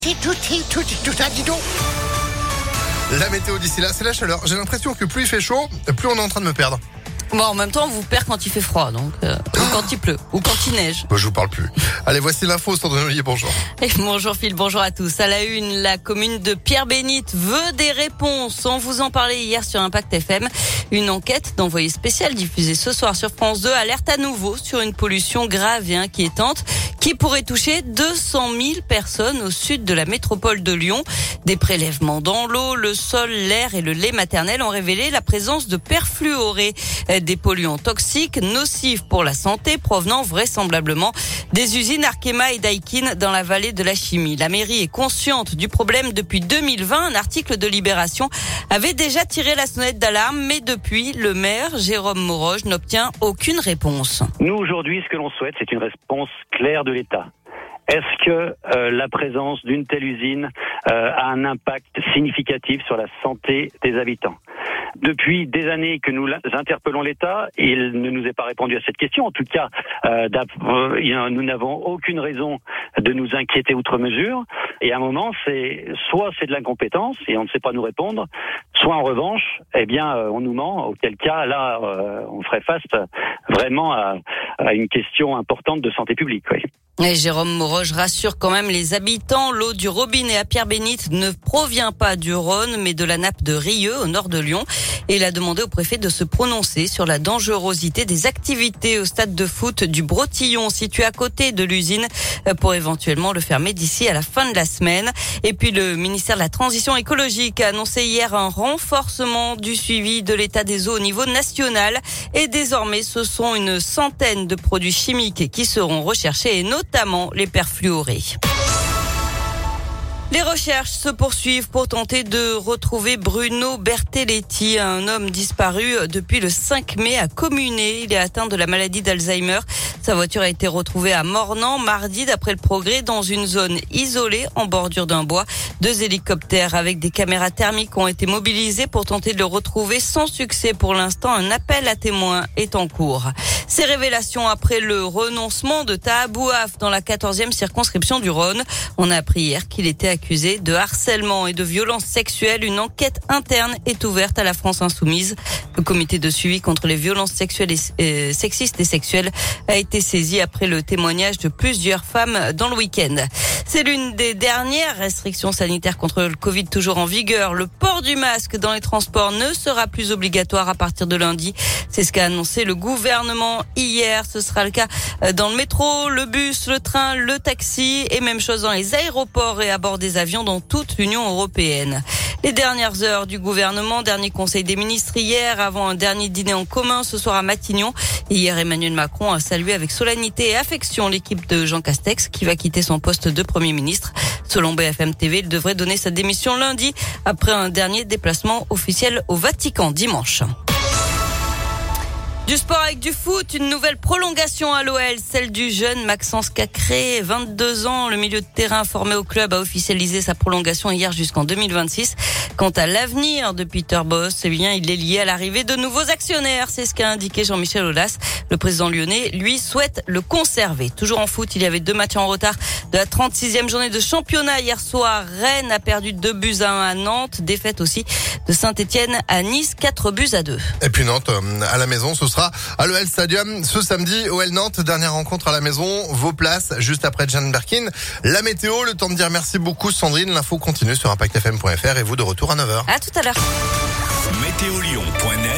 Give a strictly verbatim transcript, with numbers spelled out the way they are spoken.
Tout, tout, tout, tout, tout, dis donc. La météo d'ici là, c'est la chaleur. J'ai l'impression que plus il fait chaud, plus on est en train de me perdre. Bon, en même temps, on vous perd quand il fait froid, donc euh, ou quand il pleut, ou quand il neige. Bah, je vous parle plus. Allez, voici l'info, Sandrine Ollier, bonjour. Et bonjour Phil, bonjour à tous. À la une, la commune de Pierre-Bénite veut des réponses. On vous en parlait hier sur Impact F M. Une enquête d'envoyé spécial diffusée ce soir sur France deux alerte à nouveau sur une pollution grave et inquiétante qui pourrait toucher deux cent mille personnes au sud de la métropole de Lyon. Des prélèvements dans l'eau, le sol, l'air et le lait maternel ont révélé la présence de perfluorés, des polluants toxiques nocifs pour la santé provenant vraisemblablement des usines Arkema et Daikin dans la vallée de la Chimie. La mairie est consciente du problème depuis deux mille vingt. Un article de Libération avait déjà tiré la sonnette d'alarme, mais depuis, le maire, Jérôme Mauroge, n'obtient aucune réponse. Nous, aujourd'hui, ce que l'on souhaite, c'est une réponse claire de l'État. Est-ce que euh, la présence d'une telle usine euh, a un impact significatif sur la santé des habitants ? Depuis des années que nous interpellons l'État, il ne nous est pas répondu à cette question. En tout cas, euh, nous n'avons aucune raison de nous inquiéter outre mesure. Et à un moment, c'est soit c'est de l'incompétence et on ne sait pas nous répondre, soit en revanche, eh bien, euh, on nous ment. Auquel cas, là, euh, on ferait face vraiment à, à une question importante de santé publique. Oui. Et Jérôme Mauroge rassure quand même les habitants. L'eau du robinet à Pierre-Bénite ne provient pas du Rhône, mais de la nappe de Rieux, au nord de Lyon. Et il a demandé au préfet de se prononcer sur la dangerosité des activités au stade de foot du Brotillon, situé à côté de l'usine, pour éventuellement le fermer d'ici à la fin de la semaine. Et puis le ministère de la Transition écologique a annoncé hier un renforcement du suivi de l'état des eaux au niveau national. Et désormais, ce sont une centaine de produits chimiques qui seront recherchés, et notamment les perfluorés. Les recherches se poursuivent pour tenter de retrouver Bruno Bertelletti, un homme disparu depuis le cinq mai à Communé. Il est atteint de la maladie d'Alzheimer. Sa voiture a été retrouvée à Mornan mardi, d'après le Progrès, dans une zone isolée en bordure d'un bois. Deux hélicoptères avec des caméras thermiques ont été mobilisés pour tenter de le retrouver sans succès. Pour l'instant, un appel à témoins est en cours. Ces révélations après le renoncement de Taha Bouaf dans la quatorzième circonscription du Rhône. On a appris hier qu'il était accusé de harcèlement et de violences sexuelles. Une enquête interne est ouverte à la France Insoumise. Le comité de suivi contre les violences sexuelles et euh, sexistes et sexuelles a été saisi après le témoignage de plusieurs femmes dans le week-end. C'est l'une des dernières restrictions sanitaires contre le Covid toujours en vigueur. Le port du masque dans les transports ne sera plus obligatoire à partir de lundi. C'est ce qu'a annoncé le gouvernement hier. Ce sera le cas dans le métro, le bus, le train, le taxi et même chose dans les aéroports et à bord des avions dans toute l'Union européenne. Les dernières heures du gouvernement, dernier conseil des ministres hier avant un dernier dîner en commun ce soir à Matignon. Hier, Emmanuel Macron a salué avec solennité et affection l'équipe de Jean Castex qui va quitter son poste de Premier ministre. Selon B F M T V, il devrait donner sa démission lundi après un dernier déplacement officiel au Vatican dimanche. Du sport avec du foot, une nouvelle prolongation à l'O L, celle du jeune Maxence Cacré, vingt-deux ans. Le milieu de terrain formé au club a officialisé sa prolongation hier jusqu'en deux mille vingt-six. Quant à l'avenir de Peter Bosz, eh bien, il est lié à l'arrivée de nouveaux actionnaires. C'est ce qu'a indiqué Jean-Michel Aulas. Le président lyonnais, lui, souhaite le conserver. Toujours en foot, il y avait deux matchs en retard de la trente-sixième journée de championnat. Hier soir, Rennes a perdu deux buts à un à Nantes. Défaite aussi de Saint-Etienne à Nice, quatre buts à deux. Et puis Nantes, à la maison, ce sera à l'O L Stadium ce samedi. O L Nantes, dernière rencontre à la maison. Vos places juste après Jane Birkin. La météo, le temps de dire merci beaucoup Sandrine. L'info continue sur impact f m point f r et vous de retour à neuf heures. À tout à l'heure. météo lyon point net